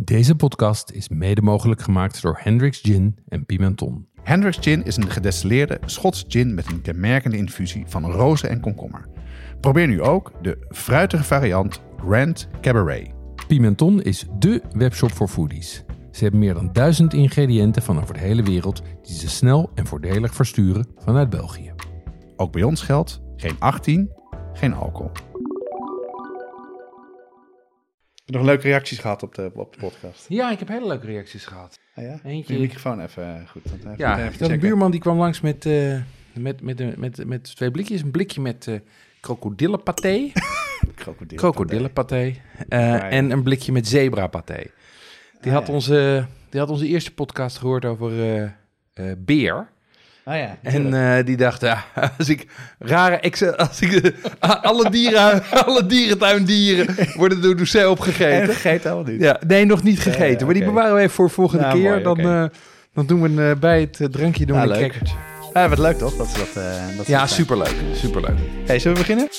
Deze podcast is mede mogelijk gemaakt door Hendrick's Gin en Pimenton. Hendrick's Gin is een gedestilleerde Schots gin met een kenmerkende infusie van rozen en komkommer. Probeer nu ook de fruitige variant Grand Cabaret. Pimenton is dé webshop voor foodies. Ze hebben meer dan 1000 ingrediënten van over de hele wereld die ze snel en voordelig versturen vanuit België. Ook bij ons geldt geen 18, geen alcohol. Heb je nog leuke reacties gehad op de podcast? Ja, ik heb hele leuke reacties gehad. Ah ja? Eentje. Je microfoon even goed. Een buurman die kwam langs met 2 blikjes. Een blikje met krokodillenpaté. Krokodillenpaté. En een blikje met zebrapaté. Die had onze eerste podcast gehoord over beer. Ah ja. En die dacht, als ik alle dierentuindieren worden door Doucet opgegeten. En gegeten al niet? Ja, nee, nog niet gegeten. Maar die bewaren we even voor volgende keer. Mooi, Dan doen we bij het drankje een crackertje. Wat leuk toch? Dat superleuk. Superleuk. Hey, zullen we beginnen?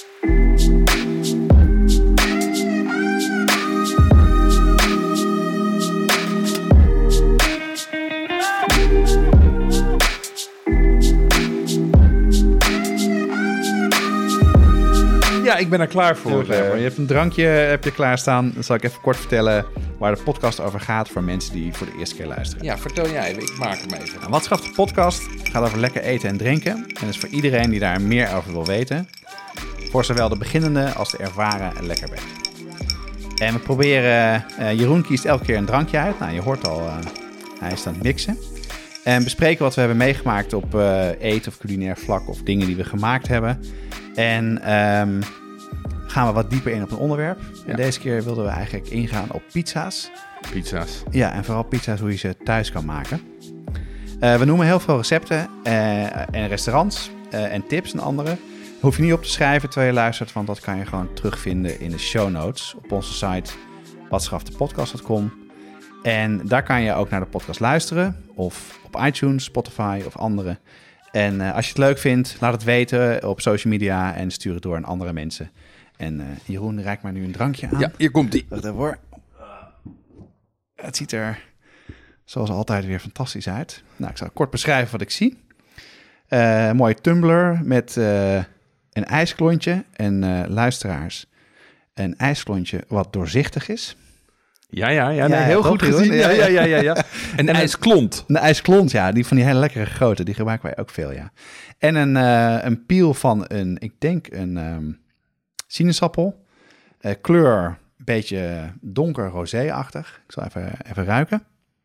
Ja, ik ben er klaar voor. Je hebt een drankje klaarstaan. Dan zal ik even kort vertellen waar de podcast over gaat voor mensen die voor de eerste keer luisteren. Ja, vertel jij even. Ik maak hem even. Nou, Wat schaft de podcast gaat over lekker eten en drinken. En is voor iedereen die daar meer over wil weten. Voor zowel de beginnende als de ervaren lekkerbek. En we proberen... Jeroen kiest elke keer een drankje uit. Nou, je hoort al, hij is aan het mixen. En bespreken wat we hebben meegemaakt op eten of culinair vlak of dingen die we gemaakt hebben. En gaan we wat dieper in op een onderwerp. Ja. En deze keer wilden we eigenlijk ingaan op pizza's. Pizza's. Ja, en vooral pizza's, hoe je ze thuis kan maken. We noemen heel veel recepten en restaurants en tips en andere. Hoef je niet op te schrijven terwijl je luistert, want dat kan je gewoon terugvinden in de show notes op onze site watschaftepodcast.com. En daar kan je ook naar de podcast luisteren of op iTunes, Spotify of andere. En als je het leuk vindt, laat het weten op social media en stuur het door aan andere mensen. En Jeroen reikt mij nu een drankje aan. Ja, hier komt-ie. Wacht even hoor. Het ziet er zoals altijd weer fantastisch uit. Nou, ik zal kort beschrijven wat ik zie. Een mooie tumbler met een ijsklontje. En luisteraars, een ijsklontje wat doorzichtig is. Ja, heel goed gezien. Ja. En ijsklont. Een ijsklont, ja. Die van die hele lekkere grote, die gebruiken wij ook veel, ja. En een peel van een sinaasappel. Kleur een beetje donker rosé-achtig. Ik zal even ruiken.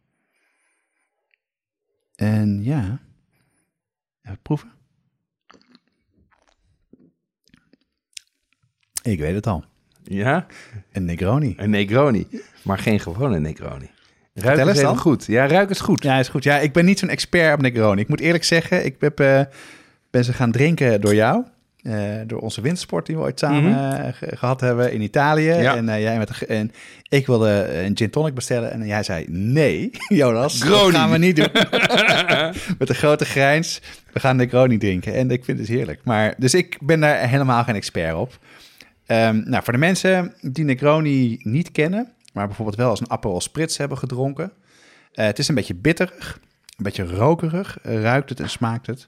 En ja, even proeven. Ik weet het al. Ja? Een Negroni. Een Negroni, maar geen gewone Negroni. Ruik is even goed. Ja, ruik is goed. Ja, is goed. Ja, ik ben niet zo'n expert op Negroni. Ik moet eerlijk zeggen, ik ben ze gaan drinken door jou. Door onze wintersport die we ooit samen gehad hebben in Italië. Ja. En ik wilde een gin tonic bestellen. En jij zei, nee, Jonas, dat gaan we niet doen. Met een grote grijns. We gaan Negroni drinken. En ik vind het heerlijk. Dus ik ben daar helemaal geen expert op. Voor de mensen die Negroni niet kennen, maar bijvoorbeeld wel als een Aperol Spritz hebben gedronken. Het is een beetje bitterig, een beetje rokerig, ruikt het en smaakt het.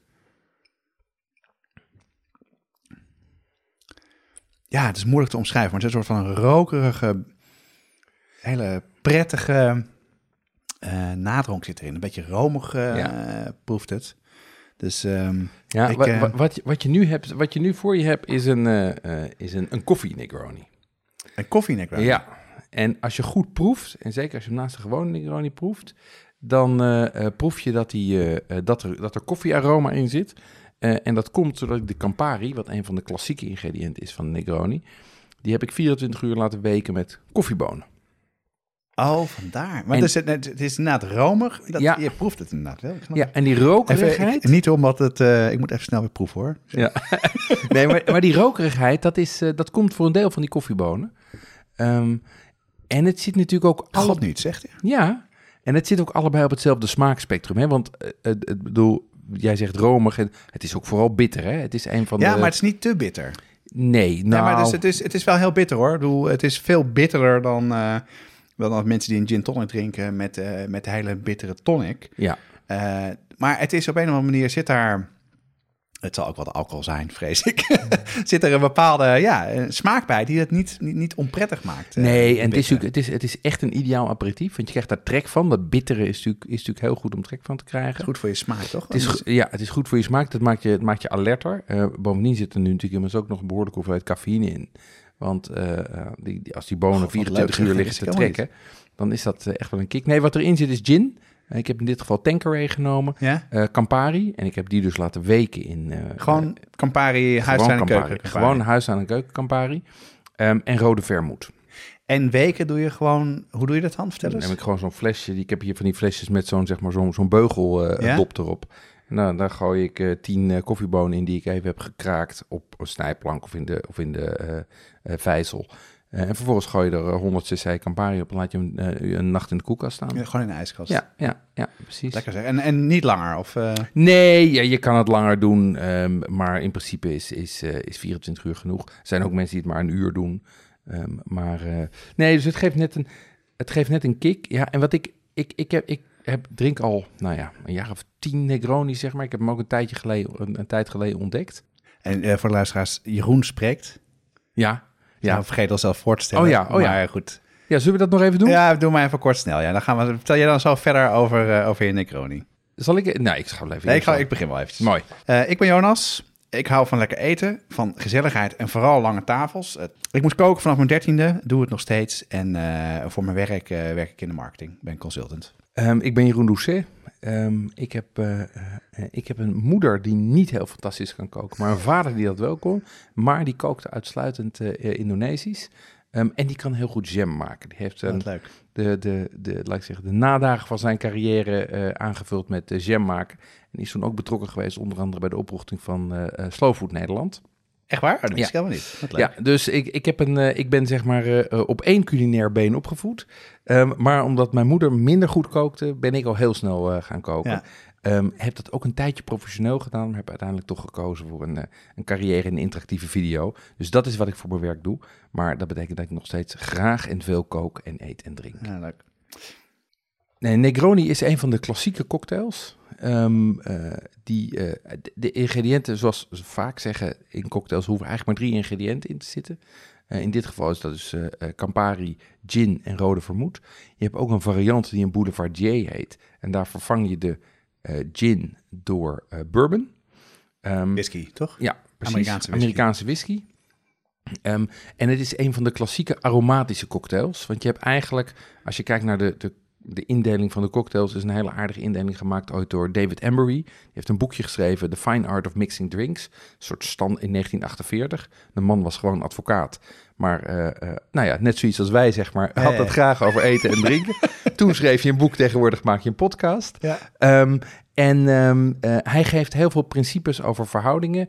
Ja, het is moeilijk te omschrijven, maar het is een soort van rokerige, hele prettige nadronk zit erin. Een beetje romig proeft het. Dus wat je nu voor je hebt is een koffie Negroni. Een koffie Negroni? Ja. En als je goed proeft, en zeker als je hem naast de gewone Negroni proeft, dan proef je dat er koffiearoma in zit. En dat komt doordat de Campari, wat een van de klassieke ingrediënten is van de Negroni, die heb ik 24 uur laten weken met koffiebonen. Oh, vandaar. Maar het is inderdaad romig. Je proeft het inderdaad wel. Ja, en die rokerigheid... Niet omdat het... ik moet even snel weer proeven, hoor. Ja. Nee, maar die rokerigheid, dat komt voor een deel van die koffiebonen. En het zit natuurlijk ook... God niet, zegt hij. Ja, en het zit ook allebei op hetzelfde smaakspectrum. Hè? Want jij zegt romig en het is ook vooral bitter. Hè? Het is een van maar het is niet te bitter. Nee, maar dus het is wel heel bitter, hoor. Ik bedoel, het is veel bitterder wel dan mensen die een gin tonic drinken met hele bittere tonic. Ja. Maar het is op een of andere manier zit daar... Het zal ook wat alcohol zijn, vrees ik. Zit er een bepaalde smaak bij die het niet onprettig maakt. Nee, en het is echt een ideaal aperitief. Want je krijgt daar trek van. Dat bittere is natuurlijk heel goed om trek van te krijgen. Het is goed voor je smaak, toch? Het is goed voor je smaak. Dat maakt je alerter. Bovendien zit er nu natuurlijk immers ook nog een behoorlijke hoeveelheid cafeïne in. Want als die bonen 24 uur liggen te trekken, dan is dat echt wel een kick. Nee, wat erin zit is gin. Ik heb in dit geval Tanqueray genomen, Campari. En ik heb die dus laten weken in... gewoon Campari, huis aan en keuken Campari. Gewoon huis aan en keuken Campari. En rode vermoed. En weken doe je gewoon... Hoe doe je dat dan? Vertel eens. Dan heb ik gewoon zo'n flesje. Ik heb hier van die flesjes met zo'n beugeldop erop. En daar gooi ik 10 koffiebonen in die ik even heb gekraakt op een snijplank of in de vijzel. En vervolgens gooi je er 100 cc Campari op en laat je hem een nacht in de koelkast staan. Ja, gewoon in de ijskast. Ja, precies. Lekker zeg. En niet langer? Of, Nee, je kan het langer doen, maar in principe is 24 uur genoeg. Er zijn ook mensen die het maar een uur doen. Nee, dus het geeft net een kick. Ja, en wat ik drink al, een jaar of 10 Negroni, zeg maar. Ik heb hem ook een tijd geleden ontdekt. En voor de luisteraars, Jeroen spreekt. Ja. Ja. Vergeet al zelf voor te stellen. Maar goed. Ja, zullen we dat nog even doen? Ja, doe maar even kort snel. Ja, vertel jij dan zo verder over je Negroni. Zal ik? Nee, ik ga wel even. Ik begin wel eventjes. Mooi. Ik ben Jonas. Ik hou van lekker eten, van gezelligheid en vooral lange tafels. Ik moest koken vanaf mijn 13e, doe het nog steeds. En voor mijn werk werk ik in de marketing, ben consultant. Ik ben Jeroen Doucet. Ik heb een moeder die niet heel fantastisch kan koken, maar een vader die dat wel kon. Maar die kookte uitsluitend Indonesisch. En die kan heel goed jam maken. Die heeft de nadagen van zijn carrière aangevuld met jam maken. En die is toen ook betrokken geweest, onder andere bij de oprichting van Slow Food Nederland. Echt waar? Dat wist ik helemaal niet. Wat leuk. Ja, dus ik ben zeg maar op 1 culinair been opgevoed. Maar omdat mijn moeder minder goed kookte, ben ik al heel snel gaan koken. Ja. Heb dat ook een tijdje professioneel gedaan, maar heb uiteindelijk toch gekozen voor een carrière in interactieve video. Dus dat is wat ik voor mijn werk doe. Maar dat betekent dat ik nog steeds graag en veel kook en eet en drink. Ja, leuk. Nee, Negroni is een van de klassieke cocktails. De ingrediënten, zoals ze vaak zeggen in cocktails, hoeven eigenlijk maar 3 ingrediënten in te zitten. In dit geval is dat dus Campari, gin en rode vermoed. Je hebt ook een variant die een Boulevardier heet. En daar vervang je de gin door bourbon. Whisky, toch? Ja, precies. Amerikaanse whisky. En het is een van de klassieke aromatische cocktails. Want je hebt eigenlijk, als je kijkt naar de indeling van de cocktails, is een hele aardige indeling gemaakt ooit door David Embury. Die heeft een boekje geschreven, The Fine Art of Mixing Drinks. Een soort stand in 1948. De man was gewoon advocaat. Maar net zoiets als wij, zeg maar, had het graag over eten en drinken. Toen schreef je een boek, tegenwoordig maak je een podcast. Ja. Hij geeft heel veel principes over verhoudingen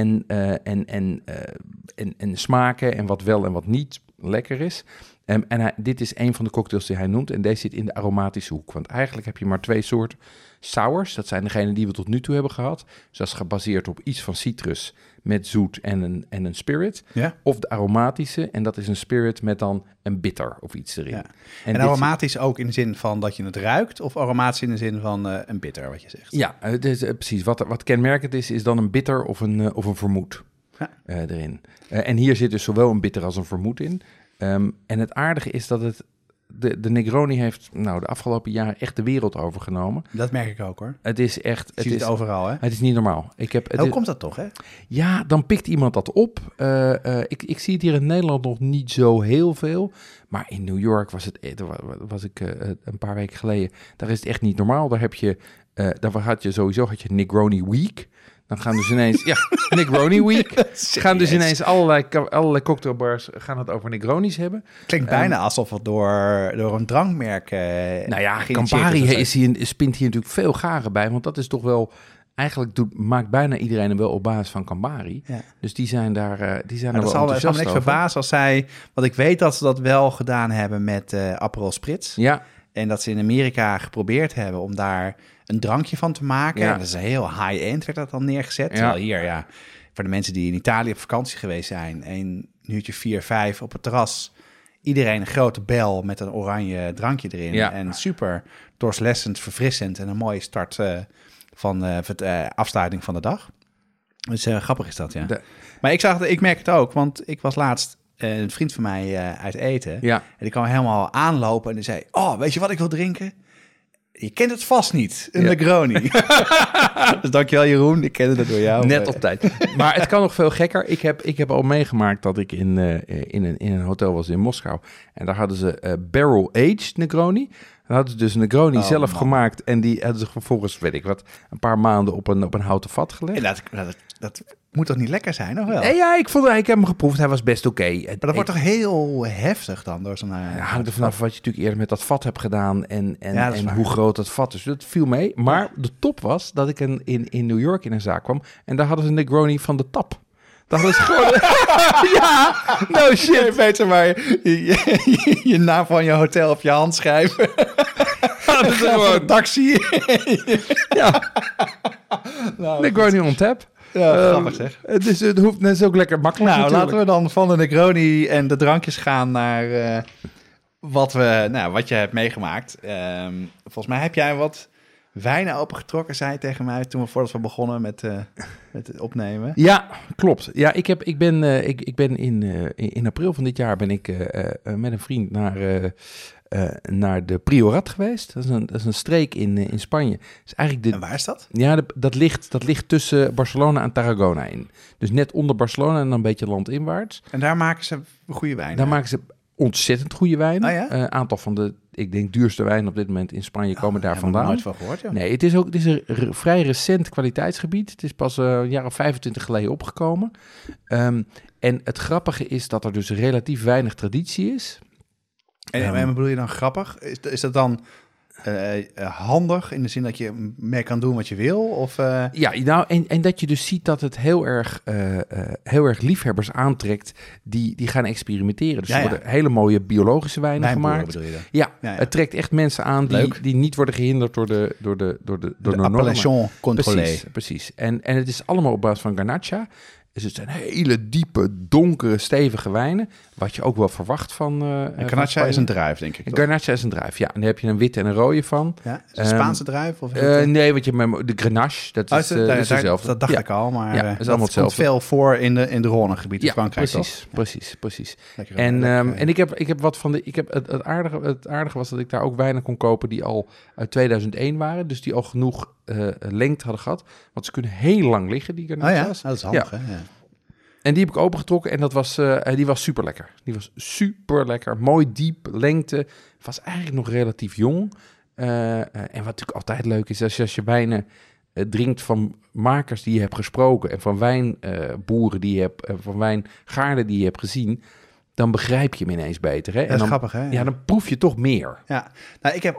en smaken en wat wel en wat niet lekker is. Dit is een van de cocktails die hij noemt en deze zit in de aromatische hoek. Want eigenlijk heb je maar 2 soorten sours. Dat zijn degene die we tot nu toe hebben gehad. Dus dat is gebaseerd op iets van citrus met zoet en een spirit. Ja. Of de aromatische en dat is een spirit met dan een bitter of iets erin. Ja. En aromatisch ook in de zin van dat je het ruikt of aromatisch in de zin van een bitter, wat je zegt? Ja, precies. Wat kenmerkend is dan een bitter of een vermoed erin. En hier zit dus zowel een bitter als een vermoed in. En het aardige is dat de Negroni heeft de afgelopen jaren echt de wereld overgenomen. Dat merk ik ook hoor. Het is echt... Het is overal hè? Het is niet normaal. Hoe komt dat toch hè? Ja, dan pikt iemand dat op. Ik zie het hier in Nederland nog niet zo heel veel. Maar in New York was ik een paar weken geleden. Daar is het echt niet normaal. Daar had je Negroni Week. Dan gaan dus ineens, Negroni Week. Gaan dus ineens allerlei cocktailbars gaan het over Negronis hebben. Klinkt bijna alsof het door een drankmerk Campari spint hier natuurlijk veel garen bij. Want dat is toch wel, eigenlijk maakt bijna iedereen hem wel op basis van Campari. Ja. Dus die zijn daar wel enthousiast over. Het zal me niks verbazen als zij, want ik weet dat ze dat wel gedaan hebben met Aperol Spritz. Ja. En dat ze in Amerika geprobeerd hebben om daar een drankje van te maken. Ja. Dat is een heel high-end, werd dat dan neergezet. Ja. Terwijl hier, voor de mensen die in Italië op vakantie geweest zijn, 1 uurtje 4, 5 op het terras iedereen een grote bel met een oranje drankje erin. Ja. En super doorslessend, verfrissend en een mooie start van de afsluiting van de dag. Dus grappig is dat, ja. Maar ik merk het ook, want ik was laatst een vriend van mij uit eten. Ja. En die kwam helemaal aanlopen en die zei, weet je wat ik wil drinken? Je kent het vast niet, een Negroni. Dus dankjewel Jeroen, ik kende het door jou. Net op tijd. Maar het kan nog veel gekker. Ik heb al meegemaakt dat ik in een hotel was in Moskou. En daar hadden ze barrel-aged Negroni. Dan hadden ze dus een Negroni zelf gemaakt. En die hadden ze vervolgens, weet ik wat, een paar maanden op een houten vat gelegd. En dat moet toch niet lekker zijn, of wel? Ja, ik heb hem geproefd. Hij was best oké. Maar dat wordt toch heel heftig dan? Door zo'n hangt er vanaf wat je natuurlijk eerder met dat vat hebt gedaan en hoe groot dat vat is. Dat viel mee. Maar de top was dat ik in New York in een zaak kwam. En daar hadden ze een Negroni van de tap. Dat was gewoon... ja, no shit. Beter maar je naam van je hotel op je hand schrijven. Dat is gewoon een taxi. Ja. Negroni on tap. Ja, grappig zeg. Dus het hoeft net ook lekker makkelijk natuurlijk. Laten we dan van de Negroni en de drankjes gaan naar wat je hebt meegemaakt. Volgens mij heb jij wat wijnen opengetrokken, zei je tegen mij voordat we begonnen met het opnemen. Ja, klopt. Ja, ik ben in april van dit jaar ben ik met een vriend naar de Priorat geweest. Dat is een streek in Spanje. Is eigenlijk en waar is dat? Ja, dat ligt tussen Barcelona en Tarragona in. Dus net onder Barcelona en dan een beetje landinwaarts. En daar maken ze goede wijnen? Daar maken ze ontzettend goede wijnen. Oh ja? Aantal van de, ik denk, duurste wijnen op dit moment in Spanje komen daar vandaan. Daar heb ik nooit van gehoord, ja. Nee, het is een vrij recent kwaliteitsgebied. Het is pas een jaar of 25 geleden opgekomen. En het grappige is dat er dus relatief weinig traditie is. En bedoel je dan grappig? Is dat dan handig in de zin dat je mee kan doen wat je wil? Of, Ja, nou, en dat je dus ziet dat het heel erg liefhebbers aantrekt die gaan experimenteren. Dus er worden hele mooie biologische wijnen gemaakt. Bedoel je dan? Ja, het trekt echt mensen aan die niet worden gehinderd door de appellation contrôlée. Precies. En het is allemaal op basis van Garnacha. Dus het zijn hele diepe, donkere, stevige wijnen. Wat je ook wel verwacht van... Garnacha is een druif, denk ik. Garnacha is een druif, ja. En daar heb je een witte en een rode van. Ja, is het een Spaanse druif? Of nee, want de Grenache, dat is hetzelfde. Dat dacht ik al, maar is allemaal hetzelfde. Komt veel voor in de Rhône-gebied in Frankrijk, precies. En ik heb wat van de... Het aardige was dat ik daar ook wijnen kon kopen die al uit 2001 waren. Dus die al genoeg lengte hadden gehad. Want ze kunnen heel lang liggen, die Garnacha's. Dat is handig, hè? Ja. En die heb ik opengetrokken en die was super lekker. Die was super lekker. Mooi diep, lengte. Was eigenlijk nog relatief jong. En wat natuurlijk altijd leuk is, als je wijnen drinkt van makers die je hebt gesproken en van wijnboeren die je hebt, van wijngaarden die je hebt gezien, dan begrijp je hem ineens beter. Hè? Dat is grappig, hè? Ja, dan proef je toch meer. Ja, nou, ik heb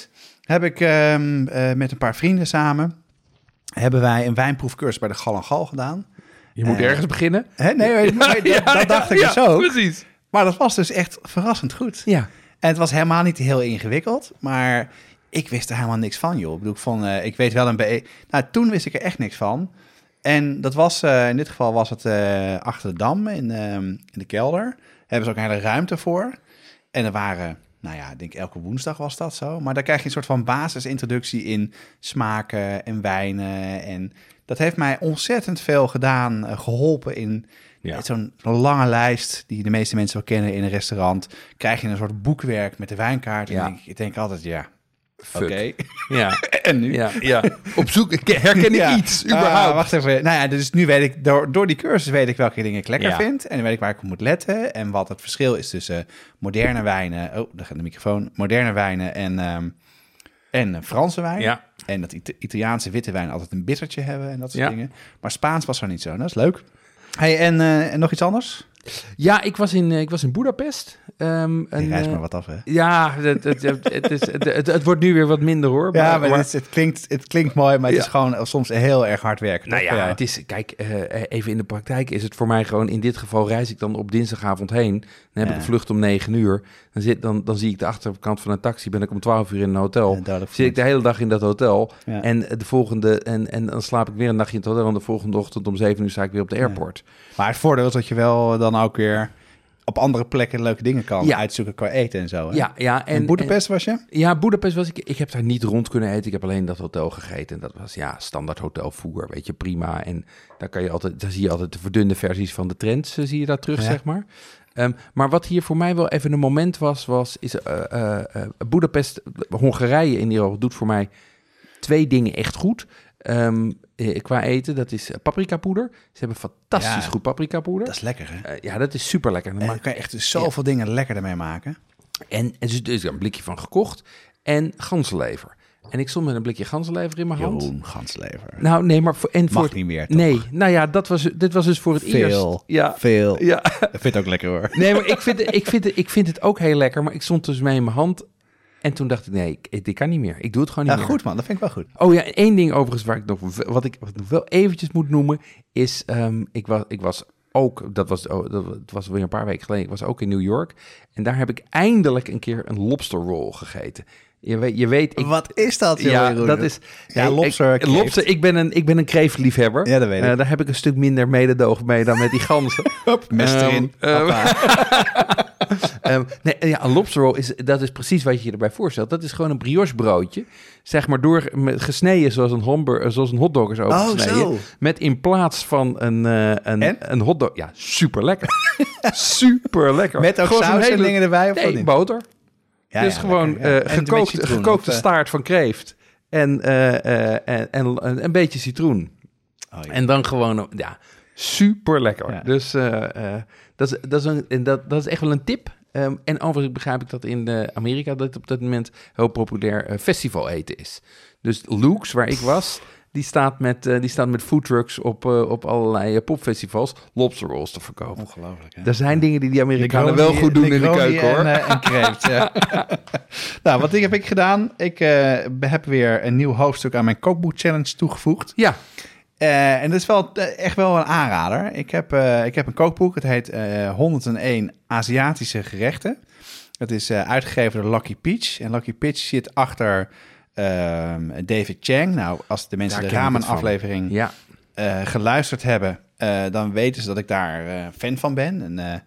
met een paar vrienden samen, hebben wij een wijnproefcursus bij de Gal en Gal gedaan. Je moet ergens beginnen. Nee, dat dacht ik dus ook. Precies. Maar dat was dus echt verrassend goed. Ja. En het was helemaal niet heel ingewikkeld, maar ik wist er helemaal niks van, joh. Ik bedoel, ik weet wel toen wist ik er echt niks van. En dat was, in dit geval was het achter de Dam in de kelder. Daar hebben ze ook een hele ruimte voor. En er waren, ik denk elke woensdag was dat zo. Maar daar krijg je een soort van basisintroductie in smaken en wijnen. En dat heeft mij ontzettend veel geholpen in zo'n lange lijst die de meeste mensen wel kennen in een restaurant. Krijg je een soort boekwerk met de wijnkaart. Ja. En ik denk altijd, oké. Ja. En nu? Ja. Op zoek, herken ik iets überhaupt? Wacht even. Dus nu weet ik, door die cursus weet ik welke dingen ik lekker vind. En dan weet ik waar ik op moet letten. En wat het verschil is tussen moderne wijnen. Oh, daar gaat de microfoon. Moderne wijnen en Franse wijn. Ja. En dat Italiaanse witte wijn altijd een bittertje hebben en dat soort dingen. Maar Spaans was er niet zo. Dat is leuk. Hey, en nog iets anders? Ja, ik was in Boedapest. Je reist maar wat af, hè? Ja, het wordt nu weer wat minder, hoor. Ja, maar het klinkt mooi, maar het is gewoon soms heel erg hard werken. Nou ja, het is... Kijk, even in de praktijk is het voor mij gewoon... In dit geval reis ik dan op dinsdagavond heen. Dan heb ik een vlucht om 9:00. Dan zie ik de achterkant van een taxi. Ben ik om 12:00 in een hotel. Zit ik de hele dag in dat hotel. Ja. En de volgende... En dan slaap ik weer een nachtje in het hotel. En de volgende ochtend om 7:00 sta ik weer op de airport. Maar het voordeel is dat je wel dan ook weer op andere plekken leuke dingen kan uitzoeken qua eten en zo. Hè? Ja. En Boedapest was je? Ja, Boedapest was ik. Ik heb daar niet rond kunnen eten. Ik heb alleen dat hotel gegeten. En dat was standaard hotelvoer, weet je, prima. En daar zie je altijd de verdunde versies van de trends, zie je daar terug, zeg maar. Maar wat hier voor mij wel even een moment is Boedapest, Hongarije in ieder geval doet voor mij 2 dingen echt goed. Qua eten, dat is paprikapoeder. Ze hebben fantastisch goed paprikapoeder. Dat is lekker, hè? Ja, dat is super lekker. Dan kan je echt zoveel dingen lekkerder mee maken. En dus een blikje van gekocht en ganzenlever. En ik stond met een blikje ganzenlever in mijn hand. Jeroen, ganzenlever. Nou, nee, maar mag niet meer, toch? Nee, nou ja, dit was dus voor het eerst. Veel. Ja. Dat vind ik ook lekker, hoor. Nee, maar ik vind het ook heel lekker. Maar ik stond dus mee in mijn hand. En toen dacht ik, nee, dit kan niet meer. Ik doe het gewoon niet meer. Ja, goed man, dat vind ik wel goed. Oh ja, 1 ding overigens wat ik nog wel eventjes moet noemen, is ik was ook, dat was weer een paar weken geleden, ik was ook in New York. En daar heb ik eindelijk een keer een lobster roll gegeten. Je weet wat is dat? Ja, dat is... Ja, lobster. Ik ben een kreeftliefhebber. Ja, dat weet ik. Daar heb ik een stuk minder mededogen mee dan met die ganzen. Mes erin. Een lobster roll dat is precies wat je je erbij voorstelt. Dat is gewoon een brioche broodje. Zeg maar gesneden zoals een hotdog is gesneden. Met in plaats van een hotdog... Ja, super lekker. Super lekker. Met ook saus en dingen erbij? Of nee, boter. Ja, dus gewoon gekookte staart van kreeft en een beetje citroen. Oh, ja. En dan gewoon, super lekker. Ja. Dus dat is echt wel een tip. En overigens begrijp ik dat in Amerika dat op dat moment heel populair festival eten is. Dus Luke's, waar ik was, die staat met foodtrucks op allerlei popfestivals lobster rolls te verkopen. Ongelooflijk, hè? Er zijn dingen die Amerikanen wel goed doen in de keuken, hoor. En kreeft, ja. Nou, wat heb ik gedaan? Ik heb weer een nieuw hoofdstuk aan mijn kookboek challenge toegevoegd. Ja. En dat is wel echt wel een aanrader. Ik heb een kookboek. Het heet 101 Aziatische gerechten. Het is uitgegeven door Lucky Peach. En Lucky Peach zit achter David Chang. Nou, als de mensen de ramen-aflevering geluisterd hebben, dan weten ze dat ik daar fan van ben. En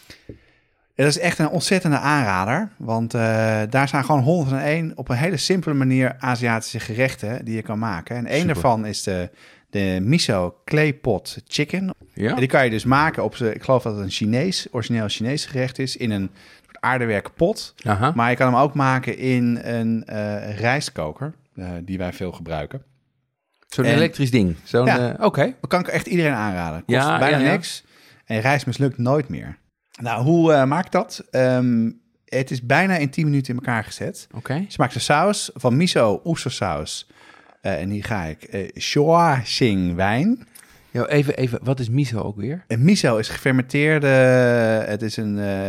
dat is echt een ontzettende aanrader. Want daar zijn gewoon 101 op een hele simpele manier Aziatische gerechten die je kan maken. En één daarvan is de miso clay pot chicken. Ja. En die kan je dus maken op ik geloof dat het een origineel Chinees gerecht is, in een aardewerken pot. Aha. Maar je kan hem ook maken in een rijstkoker, die wij veel gebruiken. Zo'n elektrisch ding. Oké. Dat kan ik echt iedereen aanraden. Kost bijna niks. En rijst mislukt nooit meer. Nou, hoe maak ik dat? Het is bijna in 10 minuten in elkaar gezet. Okay. Dus je maakt de saus van miso, oestersaus. En hier ga ik Shuaxing wijn. Ja, even, wat is miso ook weer? En miso is gefermenteerde, het is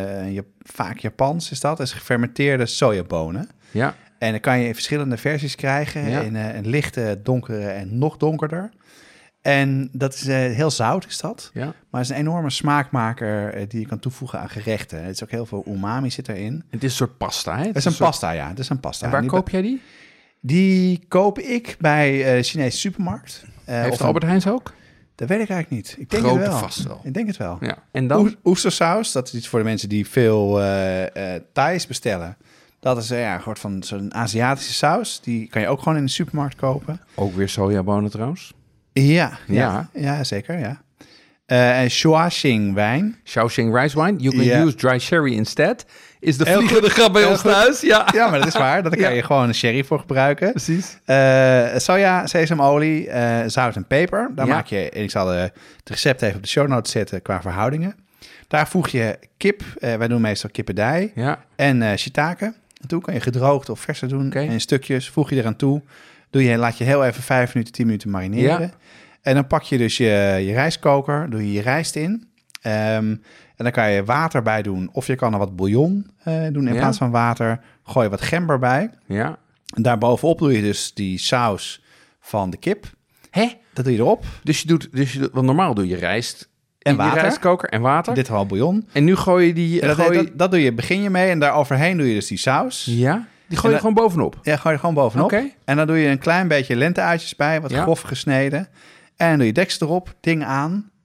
vaak Japans is dat, het is gefermenteerde sojabonen. Ja. En dan kan je in verschillende versies krijgen, in een lichte, donkere en nog donkerder. En dat is heel zout is dat, maar het is een enorme smaakmaker die je kan toevoegen aan gerechten. Het is ook heel veel umami zit erin. Het is een soort pasta, hè? Het is een pasta, ja. Het is een pasta. En waar koop jij die? Die koop ik bij de Chinese supermarkt. Heeft Albert Heijns ook? Dat weet ik eigenlijk niet. Ik denk het wel. Vast wel. Ik denk het wel. Ja. En dan? Oestersaus, dat is iets voor de mensen die veel Thais bestellen. Dat is een soort van zo'n Aziatische saus. Die kan je ook gewoon in de supermarkt kopen. Ook weer sojabonen trouwens? Ja, zeker, ja. En Shuaxing wijn. Shuaxing rice wine. You can use dry sherry instead. Is de vliegende grap bij ons thuis? Ja. Ja, maar dat is waar. Daar kan je gewoon een sherry voor gebruiken. Precies. Soja, sesamolie, zout en peper. Daar maak je, en ik zal het recept even op de show notes zetten qua verhoudingen. Daar voeg je kip, wij doen meestal kippendij, en shiitake. En toe kan je gedroogd of verse doen. In stukjes, voeg je eraan toe. Laat je heel even 5 minuten, 10 minuten marineren. Ja. En dan pak je dus je rijstkoker, doe je rijst in. En dan kan je water bij doen. Of je kan er wat bouillon doen in plaats van water. Gooi je wat gember bij. Ja. En daarbovenop doe je dus die saus van de kip. Hè? Dat doe je erop. Dus want normaal doe je rijst en water. Je rijstkoker en water. Dit wel bouillon. En nu gooi je die... Dat doe je, begin je mee. En daar overheen doe je dus die saus. Ja. Die gooi je gewoon bovenop? Ja, gooi je gewoon bovenop. Okay. En dan doe je een klein beetje lenteuitjes bij. Wat grof gesneden. En dan doe je deksel erop, ding aan.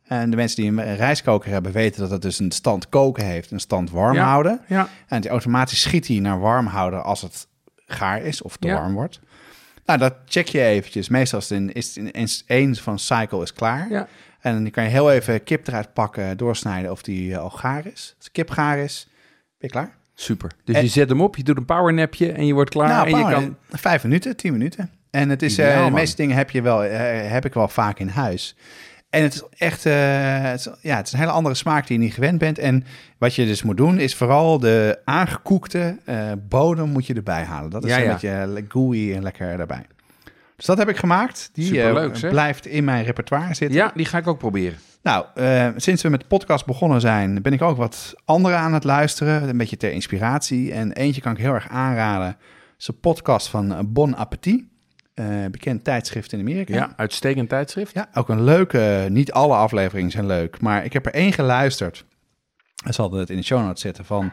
En de mensen die een rijstkoker hebben weten dat het dus een stand koken heeft, een stand warm houden. Ja. En die automatisch schiet hij naar warm houden als het gaar is of te warm wordt. Nou, dat check je eventjes. Meestal is het één van cycle is klaar. Ja. En dan kan je heel even kip eruit pakken, doorsnijden of die al gaar is. Als de kip gaar is, ben je klaar. Super. Dus je zet hem op, je doet een powernapje en je wordt klaar. Nou, en je kan 5 minuten, 10 minuten. En het is de meeste dingen heb ik wel vaak in huis. En het is echt, het is een hele andere smaak die je niet gewend bent. En wat je dus moet doen, is vooral de aangekoekte bodem moet je erbij halen. Dat is een beetje gooey en lekker daarbij. Dus dat heb ik gemaakt. Die blijft in mijn repertoire zitten. Ja, die ga ik ook proberen. Nou, sinds we met de podcast begonnen zijn, ben ik ook wat andere aan het luisteren. Een beetje ter inspiratie. En eentje kan ik heel erg aanraden. Het is een podcast van Bon Appetit. Bekend tijdschrift in Amerika. Ja, uitstekend tijdschrift. Ja, ook een leuke, niet alle afleveringen zijn leuk, maar ik heb er 1 geluisterd. Ik zal het in de show notes zetten van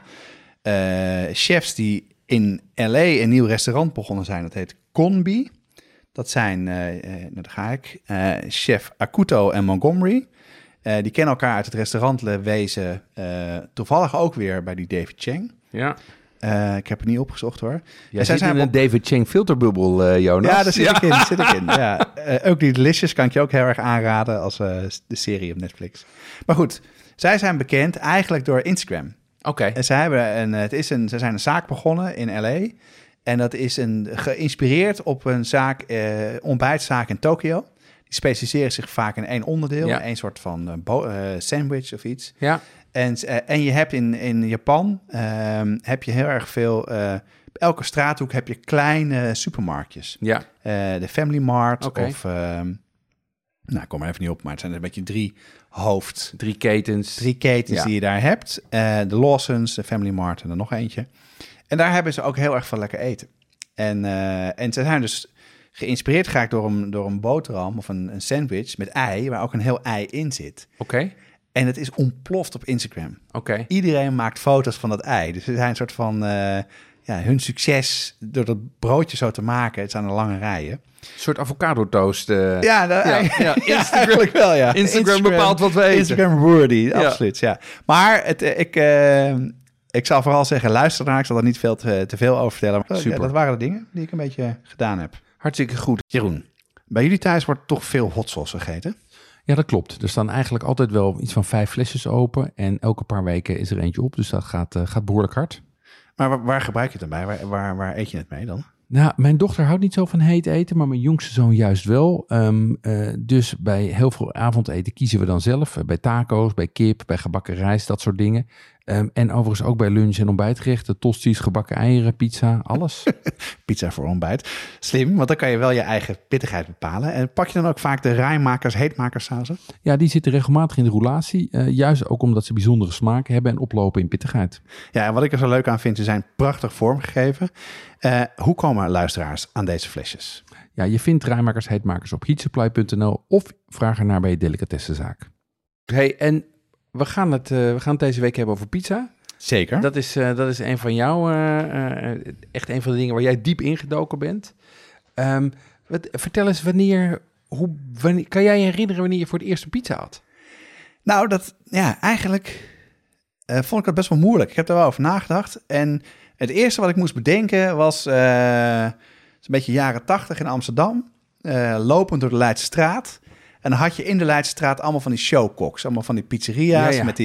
chefs die in LA een nieuw restaurant begonnen zijn. Dat heet Conbi. Dat zijn, daar ga ik, chef Akuto en Montgomery. Die kennen elkaar uit het restaurantwezen, toevallig ook weer bij die David Chang. Ja. Ik heb het niet opgezocht hoor. Jij zit in een David Chang filterbubbel, Jonas. Ja, daar zit ik in. Ja. Ook die Delicious kan ik je ook heel erg aanraden als de serie op Netflix. Maar goed, zij zijn bekend eigenlijk door Instagram. Oké. En ze zijn een zaak begonnen in LA. En dat is geïnspireerd op een ontbijtzaak in Tokio. Die specialiseren zich vaak in 1 onderdeel. Ja. Een soort van sandwich of iets. Ja. En je hebt in Japan heb je heel erg veel. Op elke straathoek heb je kleine supermarktjes. Ja. De Family Mart of. Ik kom er even niet op, maar het zijn een beetje 3 ketens. 3 ketens die je daar hebt. De Lawsons, de Family Mart en er nog eentje. En daar hebben ze ook heel erg veel lekker eten. En ze zijn dus geïnspireerd geraakt door een boterham of een sandwich met ei, waar ook een heel ei in zit. Oké. En het is ontploft op Instagram. Oké. Iedereen maakt foto's van dat ei. Dus ze zijn een soort van hun succes door dat broodje zo te maken. Het zijn er lange rijen. Een soort avocado toast. Eigenlijk wel, ja. Instagram bepaalt wat we eten. Instagram worthy, absoluut, ja. Maar ik zal vooral zeggen, luister naar. Ik zal er niet veel te veel over vertellen. Maar super. Dat waren de dingen die ik een beetje gedaan heb. Hartstikke goed. Jeroen, bij jullie thuis wordt toch veel hot sauce gegeten? Ja, dat klopt. Er staan eigenlijk altijd wel iets van 5 flesjes open. En elke paar weken is er eentje op. Dus dat gaat behoorlijk hard. Maar waar gebruik je het dan bij? Waar eet je het mee dan? Nou, mijn dochter houdt niet zo van heet eten, maar mijn jongste zoon juist wel. Dus bij heel veel avondeten kiezen we dan zelf. Bij taco's, bij kip, bij gebakken rijst, dat soort dingen. En overigens ook bij lunch- en ontbijtgerechten. Tosties, gebakken eieren, pizza, alles. Pizza voor ontbijt. Slim, want dan kan je wel je eigen pittigheid bepalen. En pak je dan ook vaak de rijmakers, heetmakers sausen? Ja, die zitten regelmatig in de roulatie. Juist ook omdat ze bijzondere smaken hebben en oplopen in pittigheid. Ja, en wat ik er zo leuk aan vind, ze zijn prachtig vormgegeven. Hoe komen luisteraars aan deze flesjes? Ja, je vindt rijmakers, heetmakers op heatsupply.nl of vraag ernaar bij je delicatessenzaak. Hey, en we gaan het deze week hebben over pizza. Zeker. Dat is een van jou, echt een van de dingen waar jij diep ingedoken bent. Vertel eens wanneer kan jij je herinneren wanneer je voor het eerst een pizza had? Nou, eigenlijk vond ik dat best wel moeilijk. Ik heb er wel over nagedacht. En het eerste wat ik moest bedenken was een beetje jaren 80 in Amsterdam. Lopend door de Leidse Straat. En dan had je in de Leidse Straat allemaal van die showkoks. Allemaal van die pizzeria's met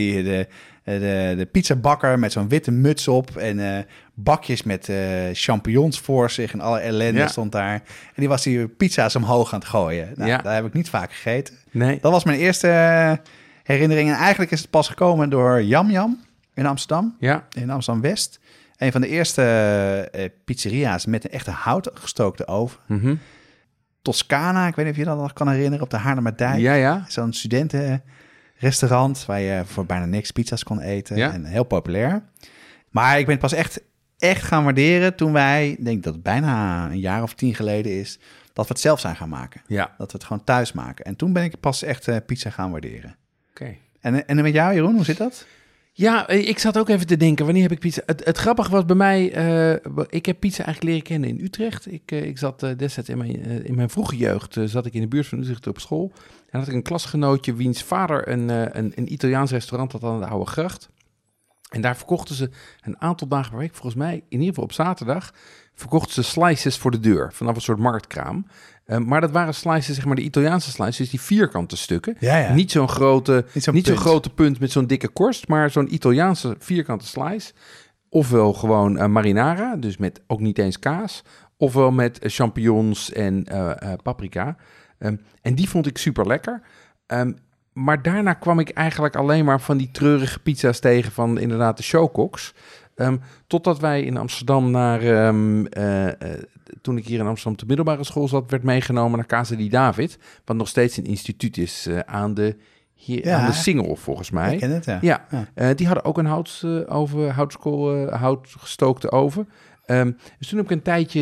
de pizzabakker met zo'n witte muts op. En bakjes met champignons voor zich en alle ellende stond daar. En die was die pizza's omhoog aan het gooien. Nou, daar heb ik niet vaak gegeten. Nee. Dat was mijn eerste herinnering. En eigenlijk is het pas gekomen door Yam Yam in Amsterdam. Ja. In Amsterdam-West. Een van de eerste pizzeria's met een echte houtgestookte oven. Mm-hmm. Toscana, ik weet niet of je dat nog kan herinneren, op de Haarlemmerdijk. Ja. Zo'n studentenrestaurant waar je voor bijna niks pizza's kon eten. Ja. En heel populair. Maar ik ben het pas echt gaan waarderen toen wij, ik denk dat het bijna een jaar of 10 geleden is, dat we het zelf zijn gaan maken. Ja. Dat we het gewoon thuis maken. En toen ben ik pas echt pizza gaan waarderen. Oké. En met jou, Jeroen, hoe zit dat? Ja, ik zat ook even te denken, wanneer heb ik pizza... Het grappige was bij mij, ik heb pizza eigenlijk leren kennen in Utrecht. Ik zat destijds in mijn vroege jeugd, zat ik in de buurt van Utrecht op school. En had ik een klasgenootje wiens vader een Italiaans restaurant had aan de Oude Gracht. En daar verkochten ze een aantal dagen per week, volgens mij in ieder geval op zaterdag, verkochten ze slices voor de deur, vanaf een soort marktkraam. Maar dat waren slices, zeg maar de Italiaanse slices, dus die vierkante stukken. Ja. Niet zo'n grote punt met zo'n dikke korst, maar zo'n Italiaanse vierkante slice. Ofwel gewoon marinara, dus met ook niet eens kaas. Ofwel met champignons en paprika. En die vond ik super lekker. Maar daarna kwam ik eigenlijk alleen maar van die treurige pizza's tegen van inderdaad de showcocks. Totdat wij in Amsterdam toen ik hier in Amsterdam op de middelbare school zat, werd meegenomen naar Casa di David. Wat nog steeds een instituut is aan de Singel, volgens mij. Ik ken het, die hadden ook een houtgestookte oven. Dus toen heb ik een tijdje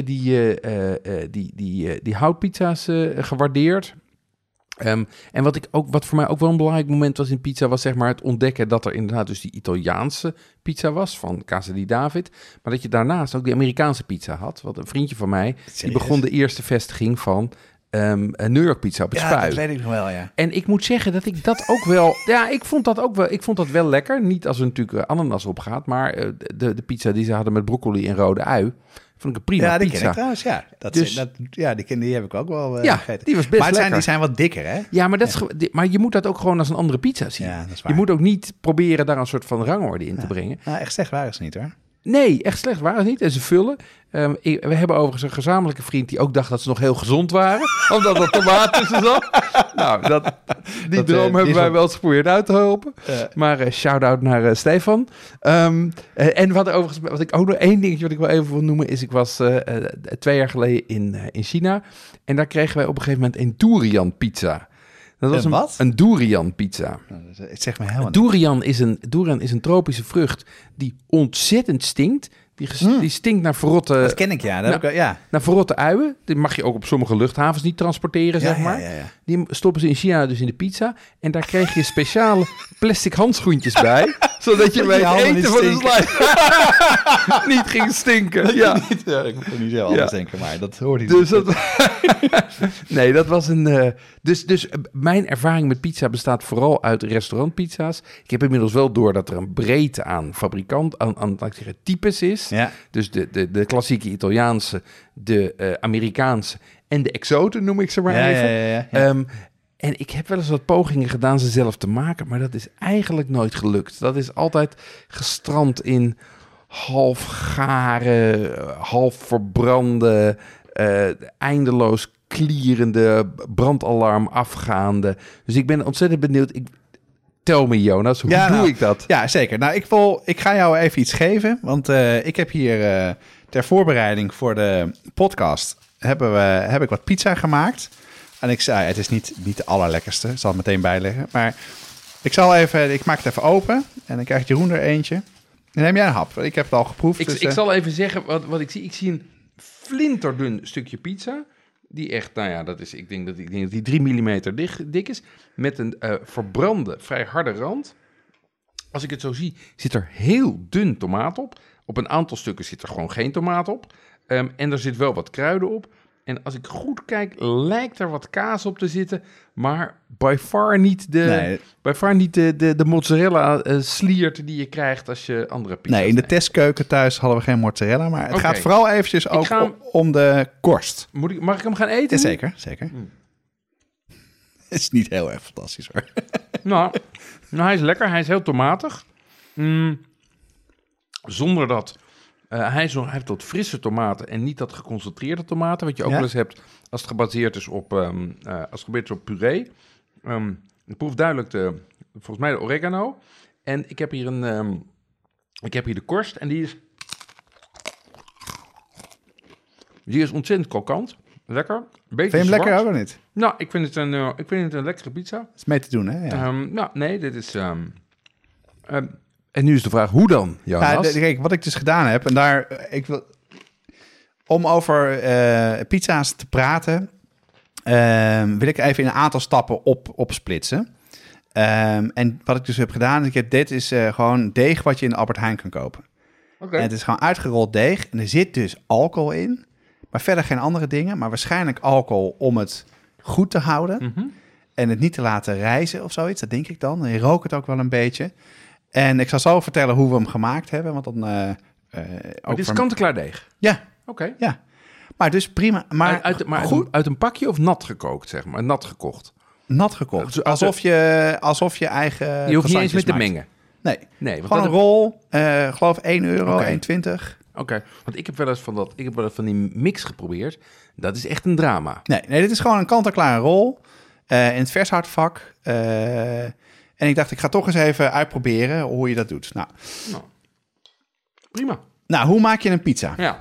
die houtpizza's gewaardeerd. En wat voor mij ook wel een belangrijk moment was in pizza, was zeg maar het ontdekken dat er inderdaad dus die Italiaanse pizza was van Casa di David, maar dat je daarnaast ook die Amerikaanse pizza had. Want een vriendje van mij, die begon de eerste vestiging van New York pizza op het Spui. Ja, dat weet ik nog wel, ja. En ik moet zeggen dat ik dat ook wel... Ja, ik vond dat wel lekker. Niet als er natuurlijk ananas op gaat, maar de pizza die ze hadden met broccoli en rode ui, vond ik een prima pizza. Ja, die ken ik trouwens, ja. Die heb ik ook wel gegeten. Die was best lekker. Maar die zijn wat dikker, hè? Ja, maar je moet dat ook gewoon als een andere pizza zien. Ja, dat is waar. Je moet ook niet proberen daar een soort van rangorde in te brengen. Nou, echt slecht waren ze niet, hoor. Nee, echt slecht waren ze niet. En ze vullen. We hebben overigens een gezamenlijke vriend die ook dacht dat ze nog heel gezond waren. Omdat er tomaat tussen zat. Nou, die droom hebben wij wel eens geprobeerd uit te helpen. Maar shout-out naar Stefan. En wat ik ook nog één dingetje wat ik wel even wil noemen is, ik was 2 jaar geleden in China. En daar kregen wij op een gegeven moment een durian pizza. Dat was een durian pizza. Het zegt me helemaal Durian is een tropische vrucht die ontzettend stinkt. Die stinkt naar verrotte... Dat ken ik, ja. Naar verrotte uien. Die mag je ook op sommige luchthavens niet transporteren, zeg maar. Ja. Die stoppen ze in China dus in de pizza. En daar kreeg je speciale plastic handschoentjes bij. Zodat je bij het eten van de slice niet ging stinken. Ja. Ik moet er niet zo anders denken, maar dat hoort niet. Dus nee, dat was een... Dus mijn ervaring met pizza bestaat vooral uit restaurantpizza's. Ik heb inmiddels wel door dat er een breedte aan fabrikant, aan laat ik zeggen, types is. Ja. Dus de klassieke Italiaanse, de Amerikaanse en de exoten noem ik ze maar even. Ja. En ik heb wel eens wat pogingen gedaan ze zelf te maken, maar dat is eigenlijk nooit gelukt. Dat is altijd gestrand in half garen, half verbrande, eindeloos klierende, brandalarm afgaande. Dus ik ben ontzettend benieuwd. Tel me, Jonas, hoe doe ik dat? Ja, zeker. Nou, ik ga jou even iets geven, want ik heb hier ter voorbereiding voor de podcast heb ik wat pizza gemaakt. En ik zei, het is niet de allerlekkerste, ik zal het meteen bijleggen. Maar ik maak het even open en dan krijgt Jeroen er eentje. Dan neem jij een hap. Ik heb het al geproefd. Ik zal even zeggen wat ik zie. Ik zie een flinterdun stukje pizza. Die echt, ik denk dat die 3 mm dik is. Met een verbrande, vrij harde rand. Als ik het zo zie, zit er heel dun tomaat op. Op een aantal stukken zit er gewoon geen tomaat op. En er zit wel wat kruiden op. En als ik goed kijk, lijkt er wat kaas op te zitten. Maar by far niet de mozzarella sliert die je krijgt als je andere pizza's Nee, in de testkeuken thuis hadden we geen mozzarella. Maar het gaat vooral eventjes ook om de korst. Mag ik hem gaan eten? Ja, zeker. Het is niet heel erg fantastisch, hoor. Nou, hij is lekker. Hij is heel tomatig. Zonder dat... Hij heeft wat frisse tomaten en niet dat geconcentreerde tomaten, wat je ook wel eens hebt als het gebaseerd is op puree. Ik proef duidelijk volgens mij de oregano. En ik heb hier de korst en die is ontzettend krokant. Lekker. Vind je hem lekker ook of niet? Nou, ik vind het een lekkere pizza. Het is mee te doen, hè? Ja. Dit is... En nu is de vraag, hoe dan, Jonas? Kijk, wat ik dus gedaan heb, en om over pizza's te praten, wil ik even in een aantal stappen opsplitsen. En wat ik dus heb gedaan, dit is gewoon deeg wat je in de Albert Heijn kan kopen. Okay. En het is gewoon uitgerold deeg. En er zit dus alcohol in. Maar verder geen andere dingen. Maar waarschijnlijk alcohol om het goed te houden. Mm-hmm. En het niet te laten rijzen of zoiets. Dat denk ik dan. En je rookt het ook wel een beetje. En ik zal zo vertellen hoe we hem gemaakt hebben. Want dan... maar dit is kant-en-klaar deeg? Ja. Oké. Ja. Maar dus prima. Maar uit een pakje of nat gekookt, zeg maar? Nat gekocht? Nat gekocht. Alsof je eigen... Je hoeft niet eens met te maakt. mengen? Nee, gewoon een rol. Geloof €1, okay. €1,20. Oké, want ik heb wel eens van die mix geprobeerd. Dat is echt een drama. Nee, dit is gewoon een kant-en-klare rol. In het vershoudvak. En ik dacht, ik ga toch eens even uitproberen hoe je dat doet. Nou. Prima. Nou, hoe maak je een pizza? Ja.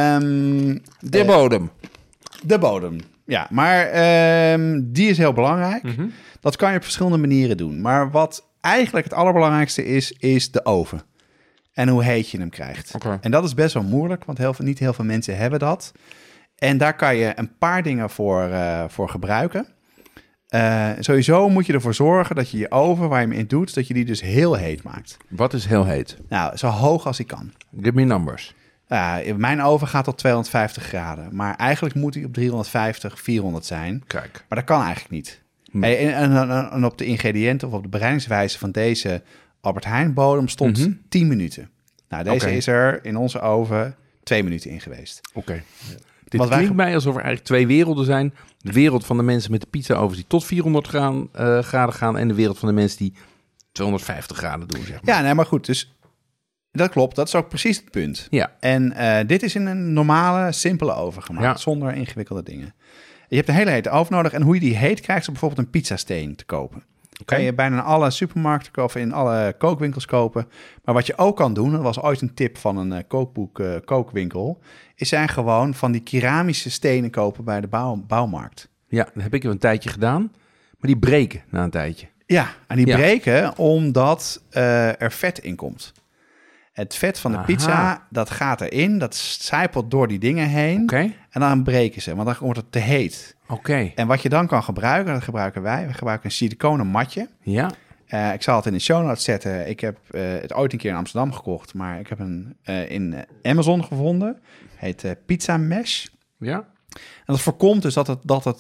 De bodem. De bodem, ja. Maar die is heel belangrijk. Mm-hmm. Dat kan je op verschillende manieren doen. Maar wat eigenlijk het allerbelangrijkste is de oven. En hoe heet je hem krijgt. Okay. En dat is best wel moeilijk, want niet heel veel mensen hebben dat. En daar kan je een paar dingen voor gebruiken. Sowieso moet je ervoor zorgen dat je je oven waar je hem in doet, dat je die dus heel heet maakt. Wat is heel heet? Nou, zo hoog als hij kan. Give me numbers. Mijn oven gaat tot 250 graden. Maar eigenlijk moet hij op 350, 400 zijn. Kijk. Maar dat kan eigenlijk niet. Nee. En op de ingrediënten of op de bereidingswijze van deze Albert Heijn bodem stond 10 minuten. Nou, deze is er in onze oven 2 minuten in geweest. Oké. Dit klinkt mij alsof er eigenlijk twee werelden zijn. De wereld van de mensen met de pizza-ovens die tot 400 graden gaan... en de wereld van de mensen die 250 graden doen, zeg maar. Ja, nee, maar goed. Dus dat klopt. Dat is ook precies het punt. Ja. En dit is in een normale, simpele oven gemaakt. Zonder ingewikkelde dingen. Je hebt een hele hete oven nodig. En hoe je die heet krijgt, is bijvoorbeeld een pizzasteen te kopen. Kan je bijna in alle supermarkten kopen, in alle kookwinkels kopen. Maar wat je ook kan doen, dat was ooit een tip van een kookboek kookwinkel, zijn gewoon van die keramische stenen kopen bij de bouwmarkt. Ja, dat heb ik een tijdje gedaan, maar die breken na een tijdje. Ja, en die breken omdat er vet in komt. Het vet van de pizza, dat gaat erin, dat sijpelt door die dingen heen. Okay. En dan breken ze, want dan wordt het te heet. Oké. En wat je dan kan gebruiken, dat gebruiken wij. We gebruiken een siliconen matje. Ja. Ik zal het in de show notes zetten. Ik heb het ooit een keer in Amsterdam gekocht, maar ik heb een in Amazon gevonden. Heet Pizza Mesh. Ja. En dat voorkomt dus dat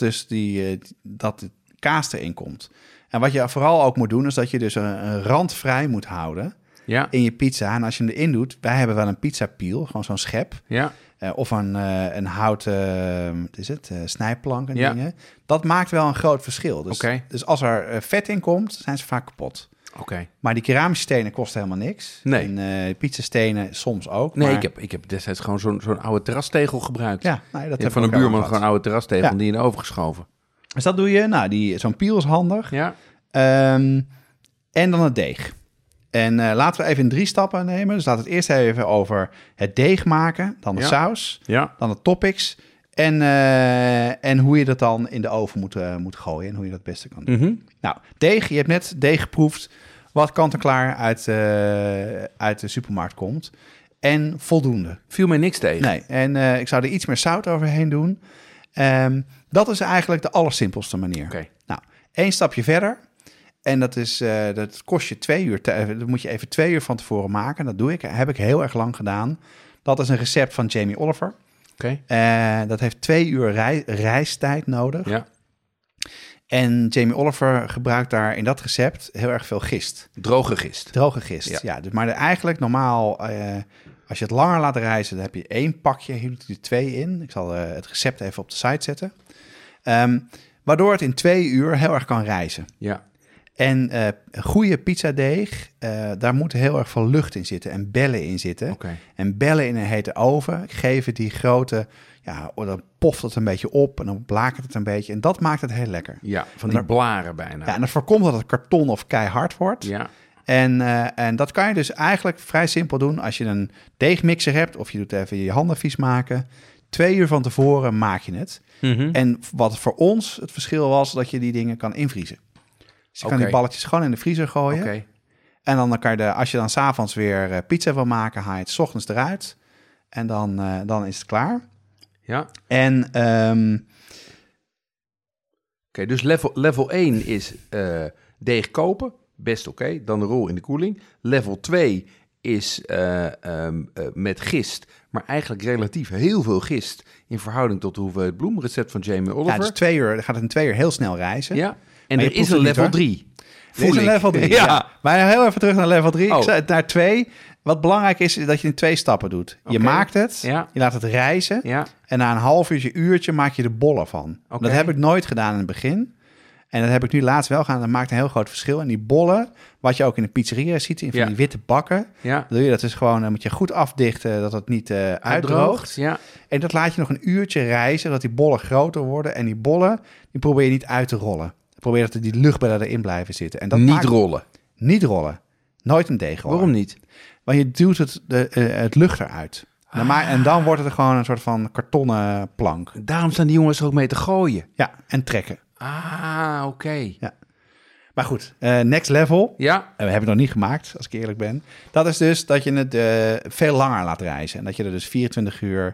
de kaas erin komt. En wat je vooral ook moet doen, is dat je dus een rand vrij moet houden in je pizza. En als je hem erin doet, wij hebben wel een pizza peel, gewoon zo'n schep. Ja. Of een houten snijplank en dingen. Dat maakt wel een groot verschil. Dus als er vet in komt, zijn ze vaak kapot. Maar die keramische stenen kosten helemaal niks. Nee. En pizzastenen soms ook. Nee, maar... ik heb destijds gewoon zo'n oude terrastegel gebruikt. Ja, dat heb van een buurman gewoon een oude terrastegel die in de oven geschoven. Dus dat doe je. Nou, zo'n piel is handig. Ja. En dan het deeg. En laten we even in 3 stappen nemen. Dus laten we het eerst even over het deeg maken. Dan de saus. Ja. Dan de toppings. En hoe je dat dan in de oven moet gooien. En hoe je dat het beste kan doen. Mm-hmm. Nou, deeg. Je hebt net deeg geproefd. Wat kant-en-klaar uit de supermarkt komt. En voldoende. Viel mij niks tegen. Nee. En ik zou er iets meer zout overheen doen. Dat is eigenlijk de allersimpelste manier. Okay. Nou, 1 stapje verder. En dat kost je 2 uur. Dat moet je even 2 uur van tevoren maken. Dat heb ik heel erg lang gedaan. Dat is een recept van Jamie Oliver. Dat heeft 2 uur rijsttijd nodig. Ja. En Jamie Oliver gebruikt daar in dat recept heel erg veel gist. Droge gist. Droge gist, ja. Dus maar eigenlijk normaal, als je het langer laat rijzen, dan heb je 1 pakje. Hier doet hij 2 in. Ik zal het recept even op de site zetten. Waardoor het in 2 uur heel erg kan rijzen. Ja. En goede pizzadeeg, daar moet heel erg veel lucht in zitten en bellen in zitten. En bellen in een hete oven geven die grote, dan poft het een beetje op en dan blakert het een beetje. En dat maakt het heel lekker. Ja, van die blaren bijna. Ja, en dat voorkomt dat het karton of keihard wordt. Ja. En dat kan je dus eigenlijk vrij simpel doen als je een deegmixer hebt of je doet even je handen vies maken. 2 uur van tevoren maak je het. Mm-hmm. En wat voor ons het verschil was, dat je die dingen kan invriezen. Dus je kan die balletjes gewoon in de vriezer gooien. En dan kan je als je dan 's avonds weer pizza wil maken, haal je het 's ochtends eruit. En dan is het klaar. Ja. En dus level 1 is deeg kopen, best oké. Dan de rol in de koeling. Level 2 is met gist, maar eigenlijk relatief heel veel gist in verhouding tot de hoeveelheid bloem. Recept van Jamie Oliver. Ja, dus 2 uur, dan gaat het in 2 uur heel snel reizen. Ja, en er is een level 3. Er is een level 3, ja. Maar heel even terug naar level 3. Ik zei naar 2. Wat belangrijk is dat je in 2 stappen doet. Je maakt het, je laat het rijzen. Ja. En na een uurtje maak je de bollen van. Dat heb ik nooit gedaan in het begin. En dat heb ik nu laatst wel gedaan. Dat maakt een heel groot verschil. En die bollen, wat je ook in de pizzeria ziet, in van die witte bakken. Ja. Dan doe je dat dus gewoon, dan moet je goed afdichten, dat het niet uitdroogt. Ja. En dat laat je nog een uurtje rijzen, dat die bollen groter worden. En die bollen, die probeer je niet uit te rollen. Probeer dat die luchtbellen erin blijven zitten. En dat rollen. Niet rollen. Nooit een deeg rollen. Waarom niet? Want je duwt het lucht eruit. En dan wordt het gewoon een soort van kartonnen plank. Daarom staan die jongens er ook mee te gooien. Ja, en trekken. Ah, oké. Ja. Maar goed, next level. Ja. We hebben het nog niet gemaakt, als ik eerlijk ben. Dat is dus dat je het veel langer laat reizen. En dat je er dus 24 uur,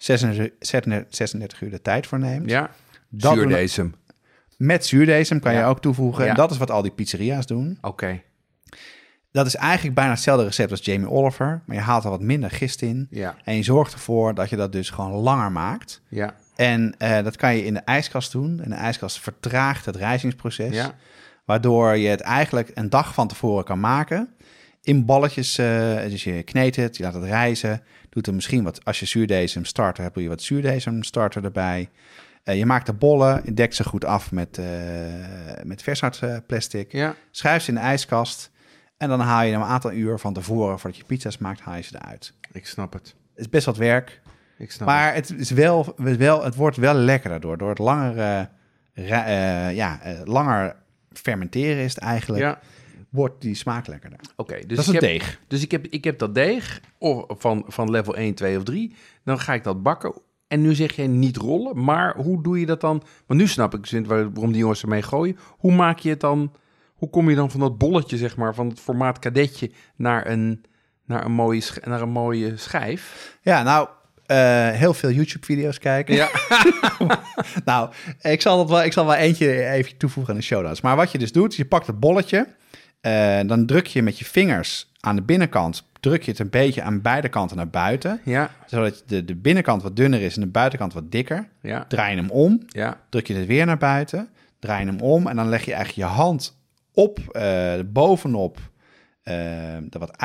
36 uur de tijd voor neemt. Ja, zuurdesem. Met zuurdesem kan je ook toevoegen. Ja. En dat is wat al die pizzeria's doen. Oké. Dat is eigenlijk bijna hetzelfde recept als Jamie Oliver. Maar je haalt er wat minder gist in. Ja. En je zorgt ervoor dat je dat dus gewoon langer maakt. Ja. En dat kan je in de ijskast doen. En de ijskast vertraagt het rijzingsproces. Ja. Waardoor je het eigenlijk een dag van tevoren kan maken. In balletjes, dus je kneedt het, je laat het rijzen. Doet er misschien wat, als je zuurdesem starter hebt, doe je wat zuurdesem starter erbij. Je maakt de bollen, je dekt ze goed af met vershartplastic. Ja. Schuif ze in de ijskast. En dan haal je een aantal uur van tevoren, voordat je pizza's maakt, haal je ze eruit. Ik snap het. Het is best wat werk. Ik snap maar het wordt wel lekkerder door het langer fermenteren is het eigenlijk. Ja. Wordt die smaak lekkerder. Oké, dus dat is een deeg. Dus ik heb dat deeg van level 1, 2 of 3. Dan ga ik dat bakken. En nu zeg jij niet rollen. Maar hoe doe je dat dan? Want nu snap ik waarom die jongens ermee gooien. Hoe maak je het dan? Hoe kom je dan van dat bolletje, zeg maar, van het formaat kadetje naar een mooie schijf? Ja, nou, heel veel YouTube-video's kijken. Ja. Nou, ik zal wel eentje even toevoegen aan de show notes. Maar wat je dus doet, je pakt het bolletje. Dan druk je met je vingers aan de binnenkant, druk je het een beetje aan beide kanten naar buiten. Ja. Zodat de binnenkant wat dunner is en de buitenkant wat dikker. Ja. Draai je hem om, druk je het weer naar buiten, draai je hem om en dan leg je eigenlijk je hand op, bovenop de wat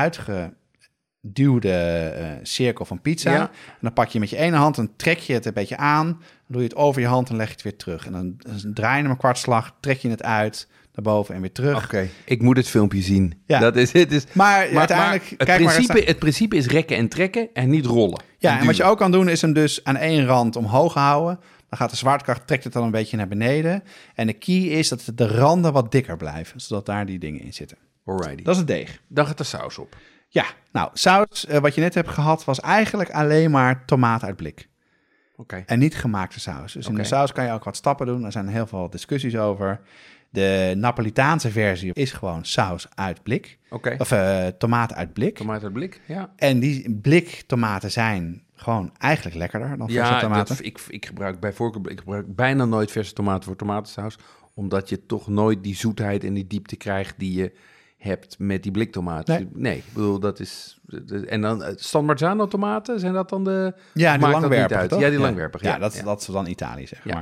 uitgeduwde cirkel van pizza. Ja. En dan pak je met je ene hand en trek je het een beetje aan. Dan doe je het over je hand en leg je het weer terug. En dan draai je hem een kwartslag, trek je het uit, naar boven en weer terug. Oké, ik moet het filmpje zien. Ja. Dat is het. Maar uiteindelijk... Het principe is rekken en trekken en niet rollen. Ja, en wat je ook kan doen is hem dus aan één rand omhoog houden. Dan gaat de zwaartekracht, trekt het dan een beetje naar beneden. En de key is dat de randen wat dikker blijven, zodat daar die dingen in zitten. Alrighty. Dat is het deeg. Dan gaat de saus op. Ja, nou, saus, wat je net hebt gehad, was eigenlijk alleen maar tomaat uit blik. Oké. En niet gemaakte saus. Dus in de saus kan je ook wat stappen doen. Er zijn heel veel discussies over. De Napolitaanse versie is gewoon saus uit blik. Oké. Of tomaat uit blik. Tomaat uit blik, ja. En die blik tomaten zijn gewoon eigenlijk lekkerder dan verse tomaten. Ja, ik gebruik bijna nooit verse tomaten voor tomatensaus. Omdat je toch nooit die zoetheid en die diepte krijgt die je hebt met die bliktomaten. Nee, ik bedoel, dat is... En dan San Marzano tomaten, zijn dat dan de... Ja, die langwerpige, toch? Ja, die langwerpige. Ja, dat is dan Italië, zeg maar.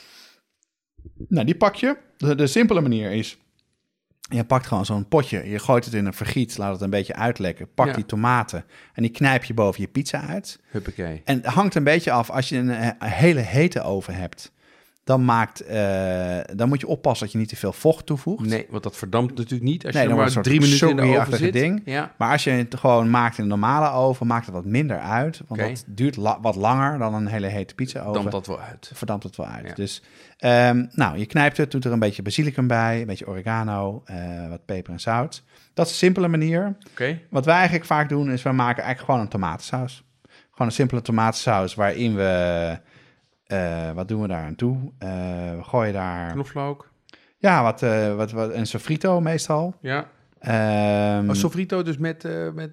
Nou, die pak je. De simpele manier is... Je pakt gewoon zo'n potje, je gooit het in een vergiet, laat het een beetje uitlekken. Pak die tomaten en die knijp je boven je pizza uit. Huppakee. En het hangt een beetje af, als je een hele hete oven hebt, dan moet je oppassen dat je niet te veel vocht toevoegt. Nee, want dat verdampt natuurlijk niet als je maar 3 minuten in de oven zit. Ding. Ja. Maar als je het gewoon maakt in een normale oven, maakt het wat minder uit. Want dat duurt wat langer dan een hele hete pizza-oven. Verdampt het wel uit. Ja. Dus je knijpt het, doet er een beetje basilicum bij, een beetje oregano, wat peper en zout. Dat is een simpele manier. Okay. Wat wij eigenlijk vaak doen, is we maken eigenlijk gewoon een tomatensaus. Gewoon een simpele tomatensaus waarin we... wat doen we daar aan toe? We gooien daar... Knoflook. Ja, wat een sofrito meestal. Ja. Sofrito dus met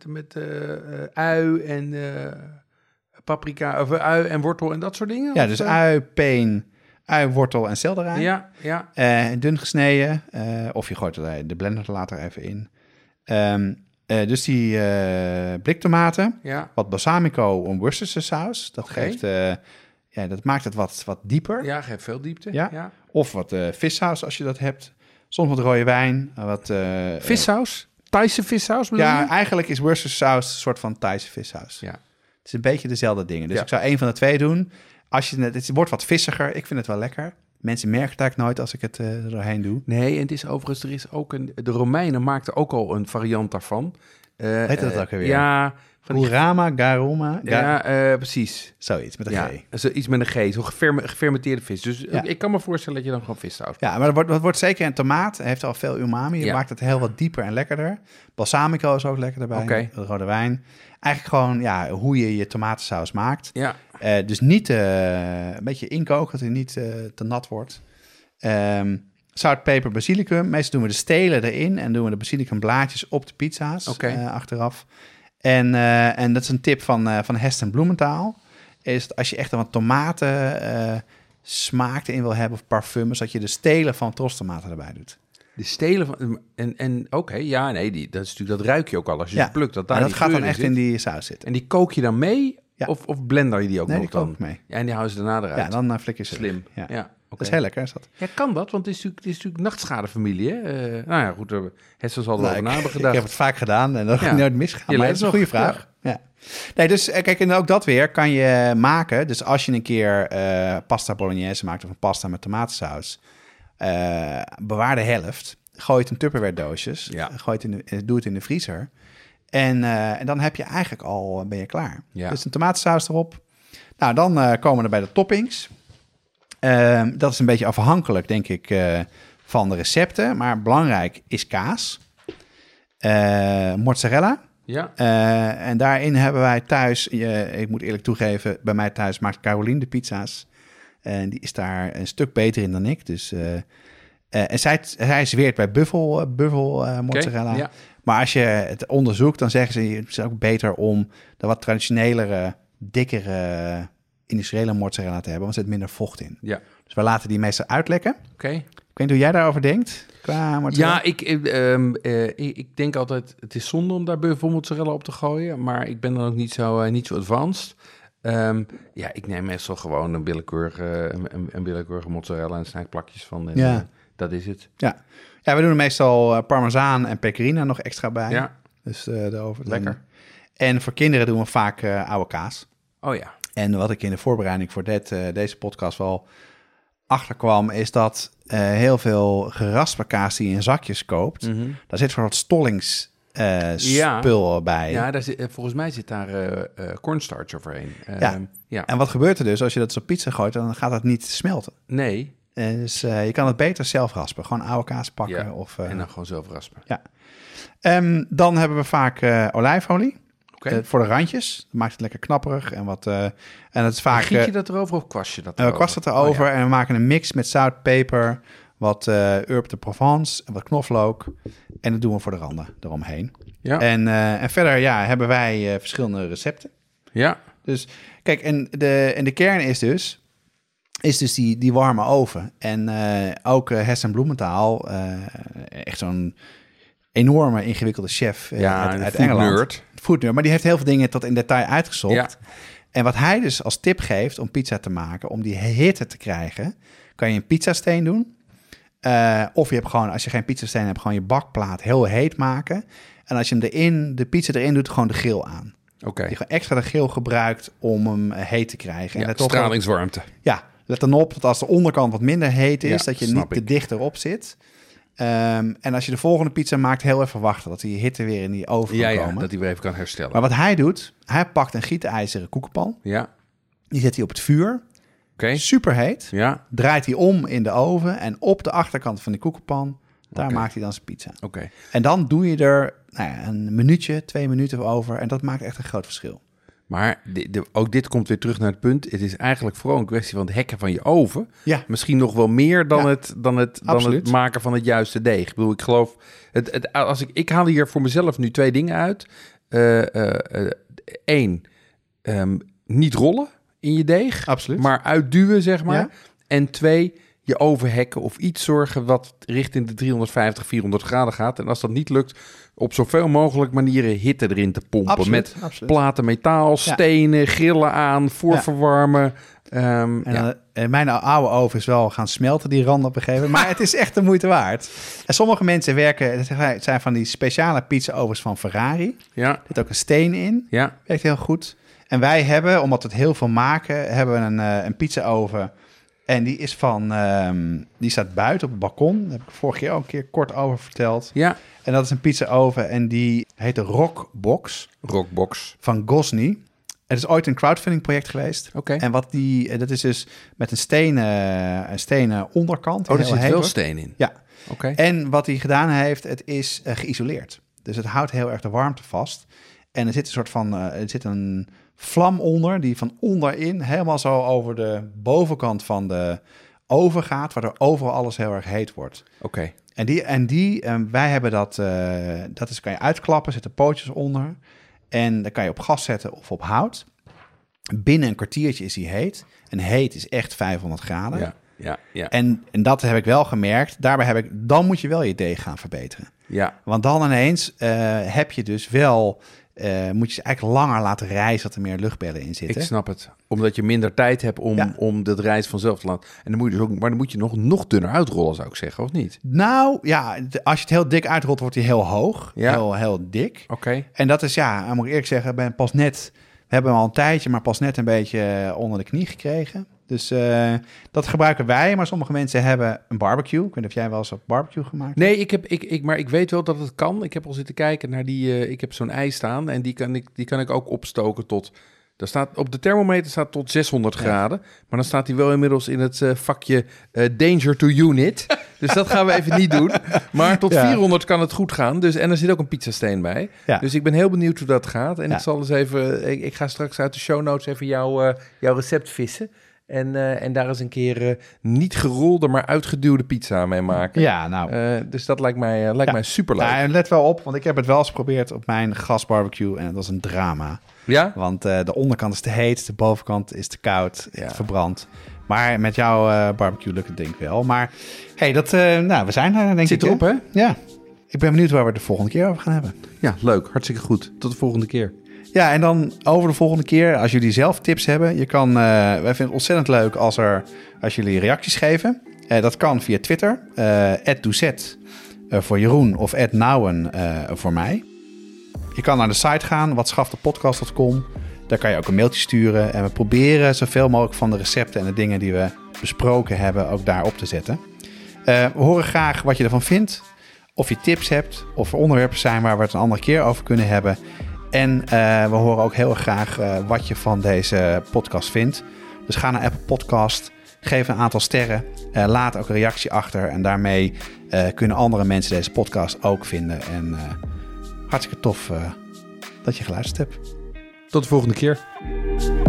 ui en paprika, of ui en wortel en dat soort dingen? Ja, dus ui, peen, ui, wortel en selderij. Ja. Dun gesneden. Of je gooit de blender er later even in. Dus die bliktomaten. Ja. Wat balsamico en Worcestershire saus. Dat geeft... dat maakt het wat dieper. Ja, geeft veel diepte. Ja. Of wat vissaus als je dat hebt. Soms wat rode wijn. Vissaus? Thaise vissaus bedoel je? Ja, eigenlijk is Worcestershire saus een soort van Thaise vissaus. Ja. Het is een beetje dezelfde dingen. Dus ik zou één van de twee doen. Het wordt wat vissiger. Ik vind het wel lekker. Mensen merken het eigenlijk nooit als ik het er doorheen doe. Nee, en het is overigens, er is ook de Romeinen maakten ook al een variant daarvan. Heet dat ook alweer? Ja. Urama, garuma. Ja, precies. Zoiets, met een G. Iets met een G, zo'n gefermenteerde vis. Dus ik kan me voorstellen dat je dan gewoon vissaus. Ja, maar dat wordt zeker een tomaat. Hij heeft al veel umami. Je maakt het heel wat dieper en lekkerder. Balsamico is ook lekker erbij. Rode wijn. Eigenlijk gewoon hoe je tomatensaus maakt. Ja. Dus niet een beetje inkoken, dat hij niet te nat wordt. Zout, peper, basilicum. Meestal doen we de stelen erin en doen we de basilicumblaadjes op de pizza's achteraf. En dat is een tip van Heston Bloementaal. Is dat als je echt wat tomaten smaak erin wil hebben of parfum, dat je de stelen van trostomaten erbij doet. De stelen van... dat is natuurlijk, dat ruik je ook al als je ze plukt. Dat gaat dan echt in die saus zitten. En die kook je dan mee? Ja. Of blender je die ook nog dan? Nee, die kook mee. Ja, en die houden ze daarna eruit? Ja, dan flikker je ze. Slim. Ja. Dat is heel lekker, is dat? Ja, kan dat? Want het is natuurlijk nachtschadefamilie, hè? Goed, Heston zal erover na hebben gedacht. Ik heb het vaak gedaan en dat ging nooit misgaan. Maar dat is een goede vraag. Ja. Nee, dus kijk, en ook dat weer kan je maken. Dus als je een keer pasta bolognese maakt of een pasta met tomatensaus, bewaar de helft. Gooi het in Tupperware doosjes. Ja. Doe het in de vriezer. En dan heb je eigenlijk ben je klaar. Ja. Dus een tomatensaus erop. Nou, dan komen we bij de toppings. Dat is een beetje afhankelijk, denk ik, van de recepten. Maar belangrijk is kaas. Mozzarella. Ja. En daarin hebben wij thuis... ik moet eerlijk toegeven, bij mij thuis maakt Caroline de pizza's. En die is daar een stuk beter in dan ik. Dus... en zij zweert bij buffel mozzarella. Ja. Maar als je het onderzoekt, dan zeggen ze... het is ook beter om de wat traditionelere, dikkere industriële mozzarella te hebben. Want er zit minder vocht in. Ja. Dus we laten die meestal uitlekken. Oké. Ik weet niet hoe jij daarover denkt. Ja, ik denk altijd... het is zonde om daar buffel mozzarella op te gooien. Maar ik ben dan ook niet zo advanced. Ik neem meestal gewoon een willekeurige mozzarella en snij plakjes van. En, dat is het. Ja, we doen er meestal parmezaan en pecorino nog extra bij. Ja. Dus lekker. En voor kinderen doen we vaak oude kaas. Oh ja. En wat ik in de voorbereiding voor deze podcast wel achterkwam, is dat heel veel geraspe kaas die je in zakjes koopt, daar zit voor wat stollingsspul bij. Ja, volgens mij zit daar cornstarch overheen. En wat gebeurt er dus als je dat op pizza gooit, dan gaat dat niet smelten. Nee. Dus je kan het beter zelf raspen. Gewoon oude kaas pakken. Ja, en dan gewoon zelf raspen. Ja. Dan hebben we vaak olijfolie. Voor de randjes. Dat maakt het lekker knapperig. En het is vaak... Giet je dat erover of kwast je dat erover? Kwast het erover en we maken een mix met zout, peper, wat Herbe de Provence en wat knoflook. En dat doen we voor de randen eromheen. Ja. En verder hebben wij verschillende recepten. Ja. Dus kijk, en de kern is dus die warme oven. En ook Heston Bloementaal, echt zo'n enorme ingewikkelde chef uit Engeland. Foodnerd, maar die heeft heel veel dingen tot in detail uitgezocht. Ja. En wat hij dus als tip geeft om pizza te maken, om die hitte te krijgen, kan je een pizzasteen doen. Of je hebt gewoon, als je geen pizzasteen hebt, gewoon je bakplaat heel heet maken. En als je hem de pizza erin doet, gewoon de grill aan. Okay. Je gewoon extra de grill gebruikt om hem heet te krijgen. Ja, en stralingswarmte. Let dan op dat als de onderkant wat minder heet is, dat je niet te dicht erop zit. En als je de volgende pizza maakt, heel even wachten, dat die hitte weer in die oven kan komen. Ja, dat hij weer even kan herstellen. Maar wat hij doet, hij pakt een gietijzeren koekenpan. Ja. Die zet hij op het vuur. Okay. Super heet. Ja. Draait hij om in de oven en op de achterkant van die koekenpan, daar maakt hij dan zijn pizza. Okay. En dan doe je er een minuutje, 2 minuten over en dat maakt echt een groot verschil. Maar ook dit komt weer terug naar het punt. Het is eigenlijk vooral een kwestie van het hekken van je oven. Ja. Misschien nog wel meer dan het maken van het juiste deeg. Ik bedoel, ik geloof... Ik haal hier voor mezelf nu 2 dingen uit. 1, niet rollen in je deeg. Absoluut. Maar uitduwen, zeg maar. Ja. En 2, je oven hacken of iets zorgen wat richting de 350, 400 graden gaat. En als dat niet lukt, op zoveel mogelijk manieren hitte erin te pompen. Absoluut. Platen metaal, stenen, grillen aan, voorverwarmen. Mijn oude oven is wel gaan smelten, die rand op een gegeven moment. Maar het is echt de moeite waard. En sommige mensen het zijn van die speciale pizza-ovens van Ferrari. Ja. Er zit ook een steen in. Ja. Werkt heel goed. En wij hebben, omdat we het heel veel maken, hebben we een pizza-oven. En die is die staat buiten op het balkon. Daar heb ik vorige keer ook een keer kort over verteld. Ja. En dat is een pizza-oven en die heet de Rockbox. Rockbox. Van Gosney. Het is ooit een crowdfunding project geweest. Oké. En dat is dus met een stenen onderkant. Er zit wel steen in? Ja. Oké. En wat hij gedaan heeft, het is geïsoleerd. Dus het houdt heel erg de warmte vast. En er zit een vlam onder, die van onderin helemaal zo over de bovenkant van de oven gaat, waardoor overal alles heel erg heet wordt. Oké. Wij hebben dat kan je uitklappen, zitten pootjes onder. En dan kan je op gas zetten of op hout. Binnen een kwartiertje is die heet. En heet is echt 500 graden. Ja. En dat heb ik wel gemerkt. Dan moet je wel je deeg gaan verbeteren. Ja. Want dan ineens heb je dus wel... moet je ze eigenlijk langer laten rijzen, dat er meer luchtbellen in zitten. Ik snap het. Omdat je minder tijd hebt om dat rijst vanzelf te laten. En dan moet je dus ook, maar dan moet je nog dunner uitrollen, zou ik zeggen, of niet? Nou, ja, als je het heel dik uitrolt, wordt hij heel hoog. Ja. Heel dik. Oké. En dat is, moet ik eerlijk zeggen, we hebben hem al een tijdje, maar pas net een beetje onder de knie gekregen. Dus dat gebruiken wij, maar sommige mensen hebben een barbecue. Ik weet niet of jij wel eens een barbecue gemaakt hebt. Nee, maar ik weet wel dat het kan. Ik heb al zitten kijken naar ik heb zo'n ei staan en die kan ik ook opstoken tot... Daar staat, op de thermometer staat tot 600 graden. Maar dan staat hij wel inmiddels in het vakje danger to unit. Dus dat gaan we even niet doen. Maar tot 400 kan het goed gaan. Dus, en er zit ook een pizzasteen bij. Ja. Dus ik ben heel benieuwd hoe dat gaat. En ik zal eens even... Ik ga straks uit de show notes even jouw recept vissen. En daar eens een keer niet gerolde, maar uitgeduwde pizza mee maken. Ja, nou. Dus dat lijkt mij superleuk. Ja, en let wel op, want ik heb het wel eens geprobeerd op mijn gasbarbecue. En dat was een drama. Ja? Want de onderkant is te heet, de bovenkant is te koud, verbrand. Maar met jouw barbecue lukt het denk ik wel. Maar hey, we zijn er denk ik. Zit erop, hè? Ja. Ik ben benieuwd waar we de volgende keer over gaan hebben. Ja, leuk. Hartstikke goed. Tot de volgende keer. Ja, en dan over de volgende keer, als jullie zelf tips hebben. Wij vinden het ontzettend leuk als jullie reacties geven. Dat kan via Twitter, @doezet voor Jeroen of @nouwen voor mij. Je kan naar de site gaan, watschaftepodcast.com. Daar kan je ook een mailtje sturen. En we proberen zoveel mogelijk van de recepten en de dingen die we besproken hebben ook daar op te zetten. We horen graag wat je ervan vindt. Of je tips hebt, of er onderwerpen zijn waar we het een andere keer over kunnen hebben. En we horen ook heel erg graag wat je van deze podcast vindt. Dus ga naar Apple Podcast, geef een aantal sterren, laat ook een reactie achter. En daarmee kunnen andere mensen deze podcast ook vinden. En hartstikke tof dat je geluisterd hebt. Tot de volgende keer.